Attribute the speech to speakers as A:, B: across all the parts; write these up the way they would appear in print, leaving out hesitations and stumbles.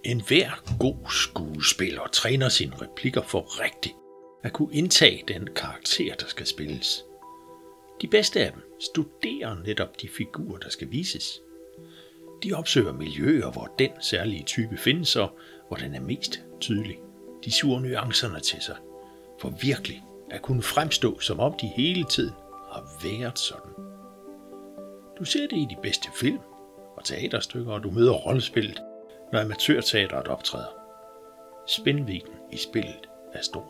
A: Enhver god skuespiller træner sine replikker for rigtigt at kunne indtage den karakter, der skal spilles. De bedste af dem studerer netop de figurer, der skal vises. De opsøger miljøer, hvor den særlige type findes, og hvor den er mest tydelig. De suger nuancerne til sig, for virkelig at kunne fremstå, som om de hele tiden har været sådan. Du ser det i de bedste film og teaterstykker, og du møder rollespillet, når amatørteateret optræder. Spændvidden i spillet er stor.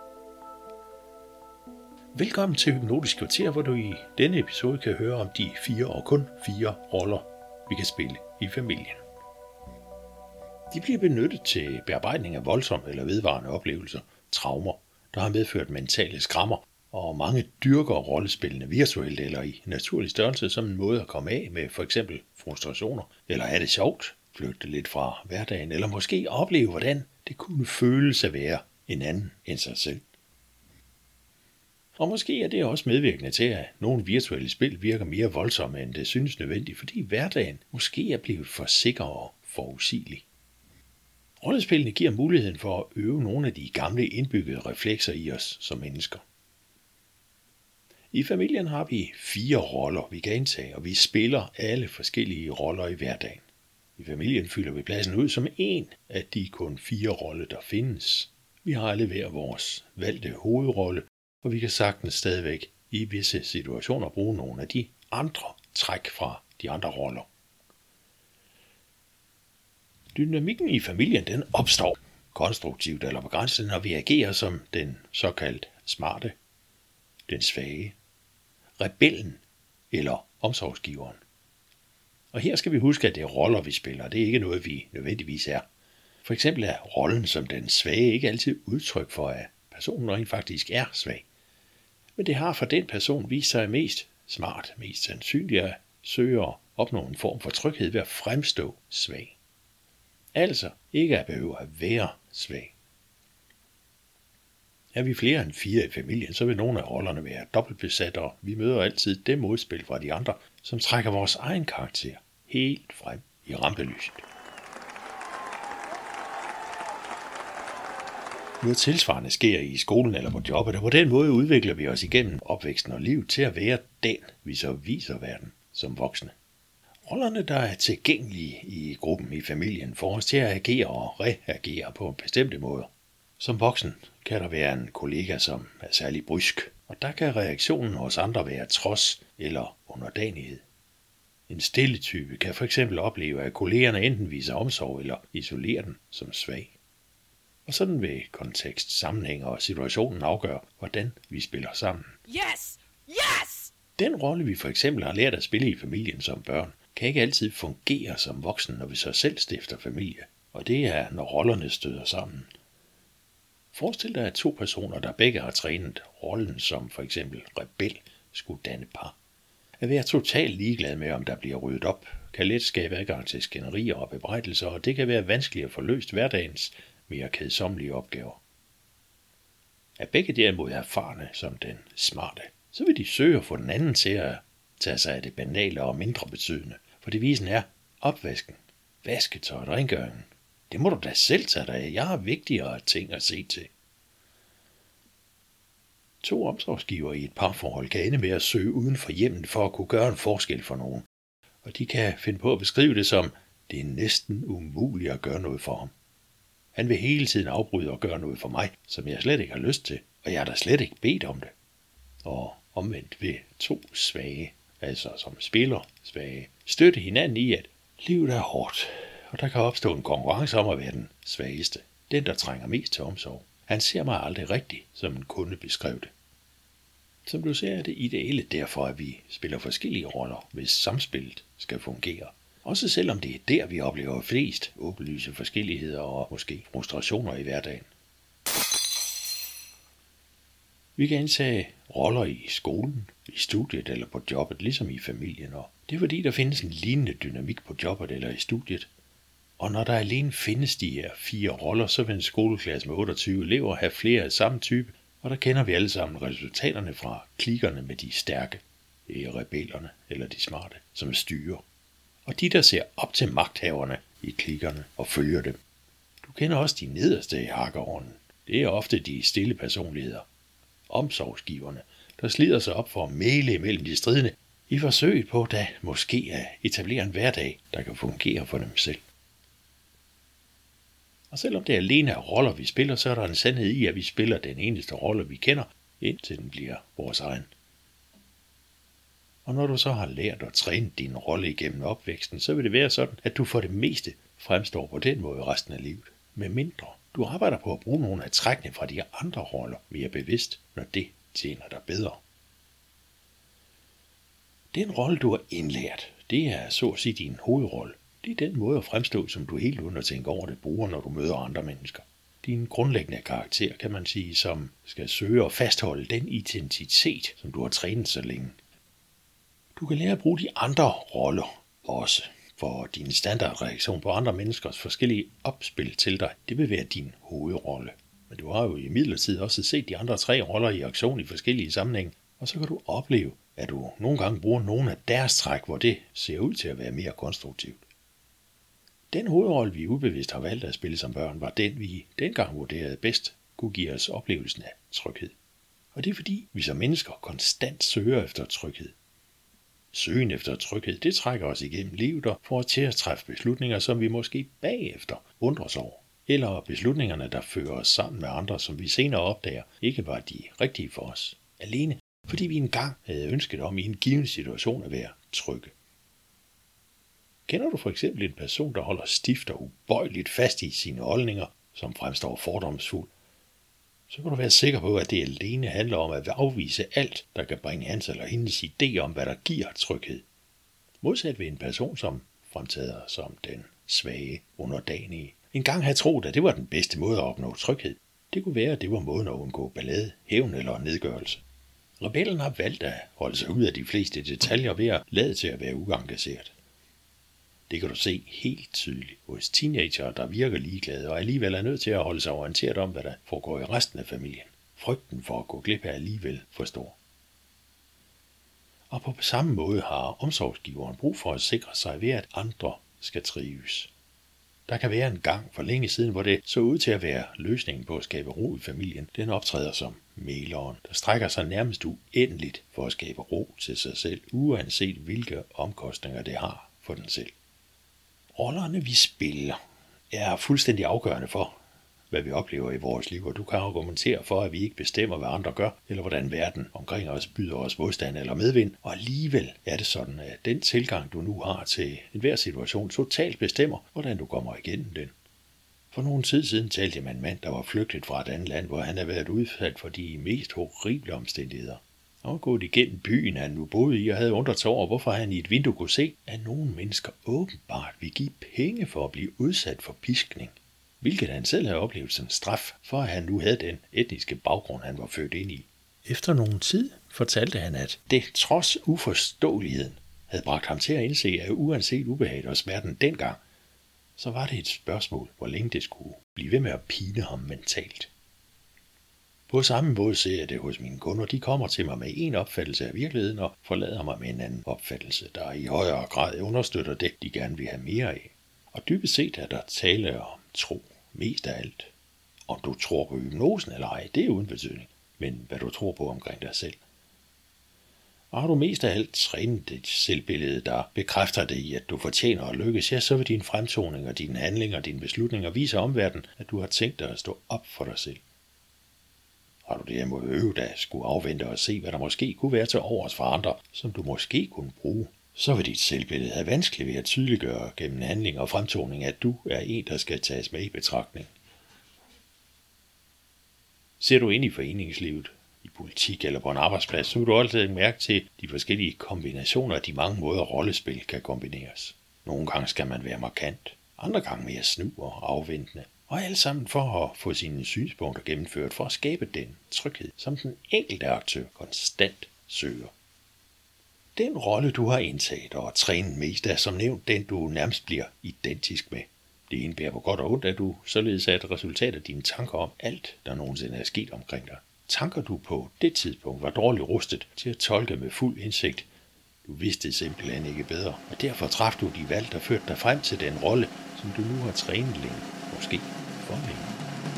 A: Velkommen til Hypnotisk Kvarter, hvor du i denne episode kan høre om de kun fire roller, vi kan spille i familien. De bliver benyttet til bearbejdning af voldsomme eller vedvarende oplevelser, traumer, der har medført mentale skrammer, og mange dyrker rollespillene virtuelt eller i naturlig størrelse som en måde at komme af med for eksempel frustrationer, eller have det sjovt, flygte lidt fra hverdagen, eller måske opleve, hvordan det kunne føles at være en anden end sig selv. Og måske er det også medvirkende til, at nogle virtuelle spil virker mere voldsomme, end det synes nødvendigt, fordi hverdagen måske er blevet for sikker og forudsigelig. Rollespillene giver muligheden for at øve nogle af de gamle indbyggede reflekser i os som mennesker. I familien har vi 4 roller, vi kan indtage, og vi spiller alle forskellige roller i hverdagen. I familien fylder vi pladsen ud som en af de kun 4 roller, der findes. Vi har alle hver vores valgte hovedrolle, og vi kan sagtens stadigvæk i visse situationer bruge nogle af de andre træk fra de andre roller. Dynamikken i familien den opstår konstruktivt eller begrænset, når vi agerer som den såkaldt smarte, den svage, rebellen eller omsorgsgiveren. Og her skal vi huske, at det er roller, vi spiller. Det er ikke noget, vi nødvendigvis er. For eksempel er rollen som den svage ikke altid udtryk for, at personen rent faktisk er svag. Men det har for den person vist sig mest smart, mest sandsynligt at søge at opnå en form for tryghed ved at fremstå svag. Altså ikke at behøve at være svag. Er vi flere end 4 i familien, så vil nogle af rollerne være dobbeltbesat, og vi møder altid det modspil fra de andre, som trækker vores egen karakter helt frem i rampelyset. Noget tilsvarende sker i skolen eller på jobbet, og på den måde udvikler vi os igennem opvæksten og livet til at være den, vi så viser verden som voksne. Rollerne, der er tilgængelige i gruppen i familien, får os til at agere og reagere på bestemte måder. Som voksen kan der være en kollega, som er særlig brysk, og der kan reaktionen hos andre være trods eller underdanighed. En stille type kan for eksempel opleve, at kollegerne enten viser omsorg eller isolerer den som svag. Og sådan vil kontekst, sammenhæng og situationen afgøre, hvordan vi spiller sammen.
B: Yes! Yes!
A: Den rolle, vi for eksempel har lært at spille i familien som børn, kan ikke altid fungere som voksen, når vi så selv stifter familie. Og det er, når rollerne støder sammen. Forestil dig, at 2 personer, der begge har trænet rollen som for eksempel rebel, skulle danne par. At være totalt ligeglad med, om der bliver ryddet op, kan let skabe adgang til skænderier og bebrejdelser, og det kan være vanskeligt at få løst hverdagens mere kedsommelige opgaver. Er begge derimod erfarne som den smarte, så vil de søge at få den anden til at tage sig af det banale og mindre betydende, for devisen er opvasken, vasketøjet, rengøringen. Det må du da selv tage dig af. Jeg har vigtigere ting at se til. 2 omsorgsgivere i et parforhold kan ende med at søge uden for hjemmet for at kunne gøre en forskel for nogen. Og de kan finde på at beskrive det som, det er næsten umuligt at gøre noget for ham. Han vil hele tiden afbryde og gøre noget for mig, som jeg slet ikke har lyst til, og jeg har da slet ikke bedt om det. Og omvendt vil 2 svage, altså som spiller svage, støtte hinanden i, at livet er hårdt, og der kan opstå en konkurrence om at være den svageste, den der trænger mest til omsorg. Han ser mig aldrig rigtigt, som en kunde beskrev det. Som du ser, er det ideelle derfor, at vi spiller forskellige roller, hvis samspillet skal fungere. Også selvom det er der, vi oplever flest åbenlyse forskelligheder og måske frustrationer i hverdagen. Vi kan indtage roller i skolen, i studiet eller på jobbet, ligesom i familien. Og det er fordi, der findes en lignende dynamik på jobbet eller i studiet. Og når der alene findes de her 4 roller, så vil en skoleklasse med 28 elever have flere af samme type, og der kender vi alle sammen resultaterne fra klikkerne med de stærke, det er rebellerne eller de smarte, som styrer. Og de, der ser op til magthaverne i klikkerne og følger dem. kender også de nederste i hakkeorden. Det er ofte de stille personligheder. Omsorgsgiverne, der slider sig op for at mæle mellem de stridende, i forsøget på da måske at etablere en hverdag, der kan fungere for dem selv. Og selvom det alene er roller, vi spiller, så er der en sandhed i, at vi spiller den eneste rolle, vi kender, indtil den bliver vores egen. Og når du så har lært at træne din rolle igennem opvæksten, så vil det være sådan, at du for det meste fremstår på den måde resten af livet. Med mindre du arbejder på at bruge nogle af trækkene fra de andre roller mere bevidst, når det tjener dig bedre. Den rolle, du har indlært, det er så at sige din hovedrolle. Det er den måde at fremstå, som du helt uden at tænke over det bruger, når du møder andre mennesker. Din grundlæggende karakter, kan man sige, som skal søge at fastholde den identitet, som du har trænet så længe. Du kan lære at bruge de andre roller også, for din standardreaktion på andre menneskers forskellige opspil til dig, det vil være din hovedrolle. Men du har jo imidlertid også set de andre 3 roller i aktion i forskellige sammenhænge, og så kan du opleve, at du nogle gange bruger nogle af deres træk, hvor det ser ud til at være mere konstruktivt. Den hovedrolle, vi ubevidst har valgt at spille som børn, var den, vi dengang vurderede bedst kunne give os oplevelsen af tryghed. Og det er fordi, vi som mennesker konstant søger efter tryghed. Søgen efter tryghed, det trækker os igennem livet og får os til at træffe beslutninger, som vi måske bagefter undres over. Eller beslutningerne, der fører os sammen med andre, som vi senere opdager, ikke var de rigtige for os. Alene fordi vi engang havde ønsket om i en given situation at være trygge. Kender du for eksempel en person, der holder stift og ubøjeligt fast i sine holdninger, som fremstår fordomsfuld, så kan du være sikker på, at det alene handler om at afvise alt, der kan bringe hans eller hendes idé om, hvad der giver tryghed. Modsat ved en person, som fremtræder som den svage, underdanige, engang havde troet, at det var den bedste måde at opnå tryghed. Det kunne være, at det var måden at undgå ballade, hævn eller nedgørelse. Rebellen har valgt at holde sig ud af de fleste detaljer ved at lade til at være uengageret. Det kan du se helt tydeligt hos teenager, der virker ligeglade og alligevel er nødt til at holde sig orienteret om, hvad der foregår i resten af familien. Frygten for at gå glip af alligevel for stor. Og på samme måde har omsorgsgiveren brug for at sikre sig ved, at andre skal trives. Der kan være en gang for længe siden, hvor det så ud til at være løsningen på at skabe ro i familien. Den optræder som mæleren, der strækker sig nærmest uendeligt for at skabe ro til sig selv, uanset hvilke omkostninger det har for den selv. Rollerne vi spiller er fuldstændig afgørende for, hvad vi oplever i vores liv, og du kan argumentere for, at vi ikke bestemmer, hvad andre gør, eller hvordan verden omkring os byder os modstand eller medvind, og alligevel er det sådan, at den tilgang, du nu har til enhver situation, totalt bestemmer, hvordan du kommer igennem den. For nogle tid siden talte jeg med en mand, der var flygtet fra et andet land, hvor han havde været udsat for de mest horrible omstændigheder. Han var gået igennem byen, han nu boede i, og havde undret sig over, hvorfor han i et vindue kunne se, at nogle mennesker åbenbart ville give penge for at blive udsat for piskning, hvilket han selv havde oplevet som straf, for at han nu havde den etniske baggrund, han var født ind i. Efter nogen tid fortalte han, at det trods uforståeligheden havde bragt ham til at indse, at uanset ubehaget og smerten dengang, så var det et spørgsmål, hvor længe det skulle blive ved med at pine ham mentalt. På samme måde ser jeg det hos mine kunder. De kommer til mig med en opfattelse af virkeligheden og forlader mig med en anden opfattelse, der i højere grad understøtter det, de gerne vil have mere af. Og dybest set er der tale om tro, mest af alt. Om du tror på hypnosen eller ej, det er uden betydning, men hvad du tror på omkring dig selv. Og har du mest af alt trænet dit selvbillede, der bekræfter det i, at du fortjener at lykkes, ja, så vil din fremtoning og dine handlinger og dine beslutninger vise omverdenen, at du har tænkt dig at stå op for dig selv. Har du derimod øvet at skulle afvente og se, hvad der måske kunne være til overs for andre, som du måske kunne bruge, så vil dit selvbillede have vanskeligt ved at tydeliggøre gennem handling og fremtoning, at du er en, der skal tages med i betragtning. Ser du ind i foreningslivet, i politik eller på en arbejdsplads, så vil du altid mærke til de forskellige kombinationer af de mange måder rollespil kan kombineres. Nogle gange skal man være markant, andre gange mere snu og afventende, og alt sammen for at få sine synspunkter gennemført for at skabe den tryghed, som den enkelte aktør konstant søger. Den rolle, du har indtaget og trænet mest er som nævnt den, du nærmest bliver identisk med. Det indebærer på godt og ondt, at du således er et resultat af dine tanker om alt, der nogensinde er sket omkring dig. Tanker du på det tidspunkt var dårligt rustet til at tolke med fuld indsigt. Du vidste simpelthen ikke bedre, og derfor traf du de valg, der førte dig frem til den rolle, som du nu har trænet længe, måske formning.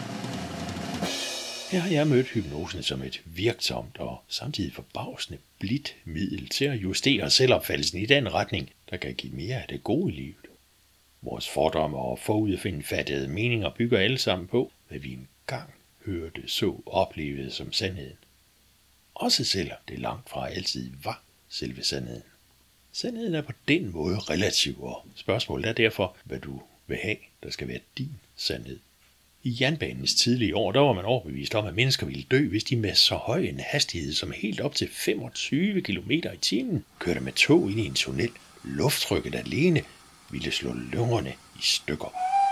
A: Her har jeg mødt hypnosen som et virksomt og samtidig forbavsende blidt middel til at justere selvopfattelsen i den retning, der kan give mere af det gode i livet. Vores fordomme og forudindfattede meninger bygger alle sammen på, hvad vi engang hørte, så oplevede som sandheden. Også selvom det langt fra altid var selve sandheden. Sandheden er på den måde relativ, og spørgsmålet er derfor, hvad du vil have, der skal være din sandhed. I jernbanens tidlige år, der var man overbevist om, at mennesker ville dø, hvis de med så høj en hastighed som helt op til 25 km i timen kørte med tog ind i en tunnel. Lufttrykket alene ville slå lungerne i stykker.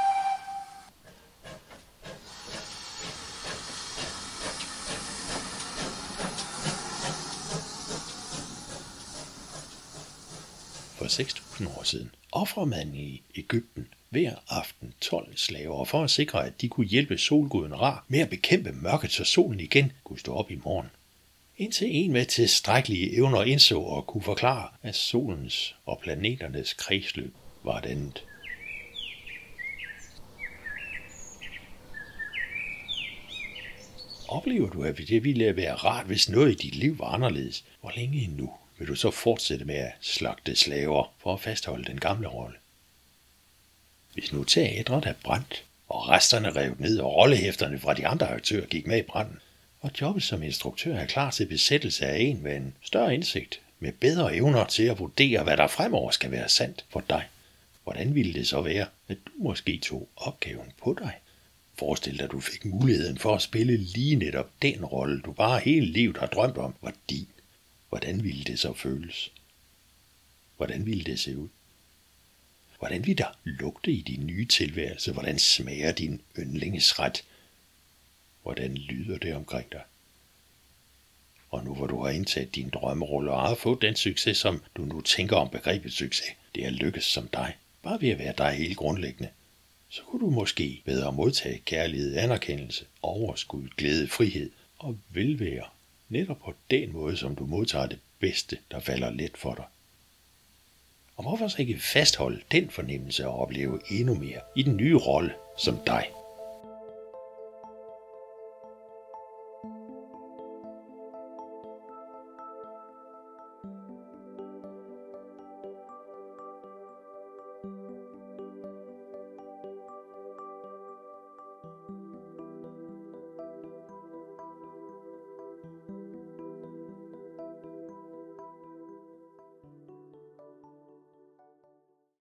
A: For 6.000 år siden ofrede man i Egypten hver aften 12 slaver for at sikre, at de kunne hjælpe solguden Ra med at bekæmpe mørket, så solen igen kunne stå op i morgen. Indtil en med tilstrækkelige evner indså og kunne forklare, at solens og planeternes kredsløb var et andet. Oplever du, at det ville være rart, hvis noget i dit liv var anderledes? Hvor længe endnu vil du så fortsætte med at slagte slaver for at fastholde den gamle rolle? Hvis nu teatret er brændt, og resterne revet ned, og rollehæfterne fra de andre aktører gik med i branden, og jobbet som instruktør er klar til besættelse af en med en større indsigt, med bedre evner til at vurdere, hvad der fremover skal være sandt for dig, hvordan ville det så være, at du måske tog opgaven på dig? Forestil dig, at du fik muligheden for at spille lige netop den rolle, du bare hele livet har drømt om, var din. Hvordan ville det så føles? Hvordan ville det se ud? Hvordan vil der lugte i din nye tilværelse? Hvordan smager din yndlingsret? Hvordan lyder det omkring dig? Og nu hvor du har indtaget din drømmerolle og har fået den succes, som du nu tænker om begrebet succes, det er lykkes som dig, bare ved at være dig helt grundlæggende, så kunne du måske bedre modtage kærlighed, anerkendelse, overskud, glæde, frihed og velvære, netop på den måde, som du modtager det bedste, der falder let for dig. Og hvorfor så ikke fastholde den fornemmelse og opleve endnu mere i den nye rolle som dig?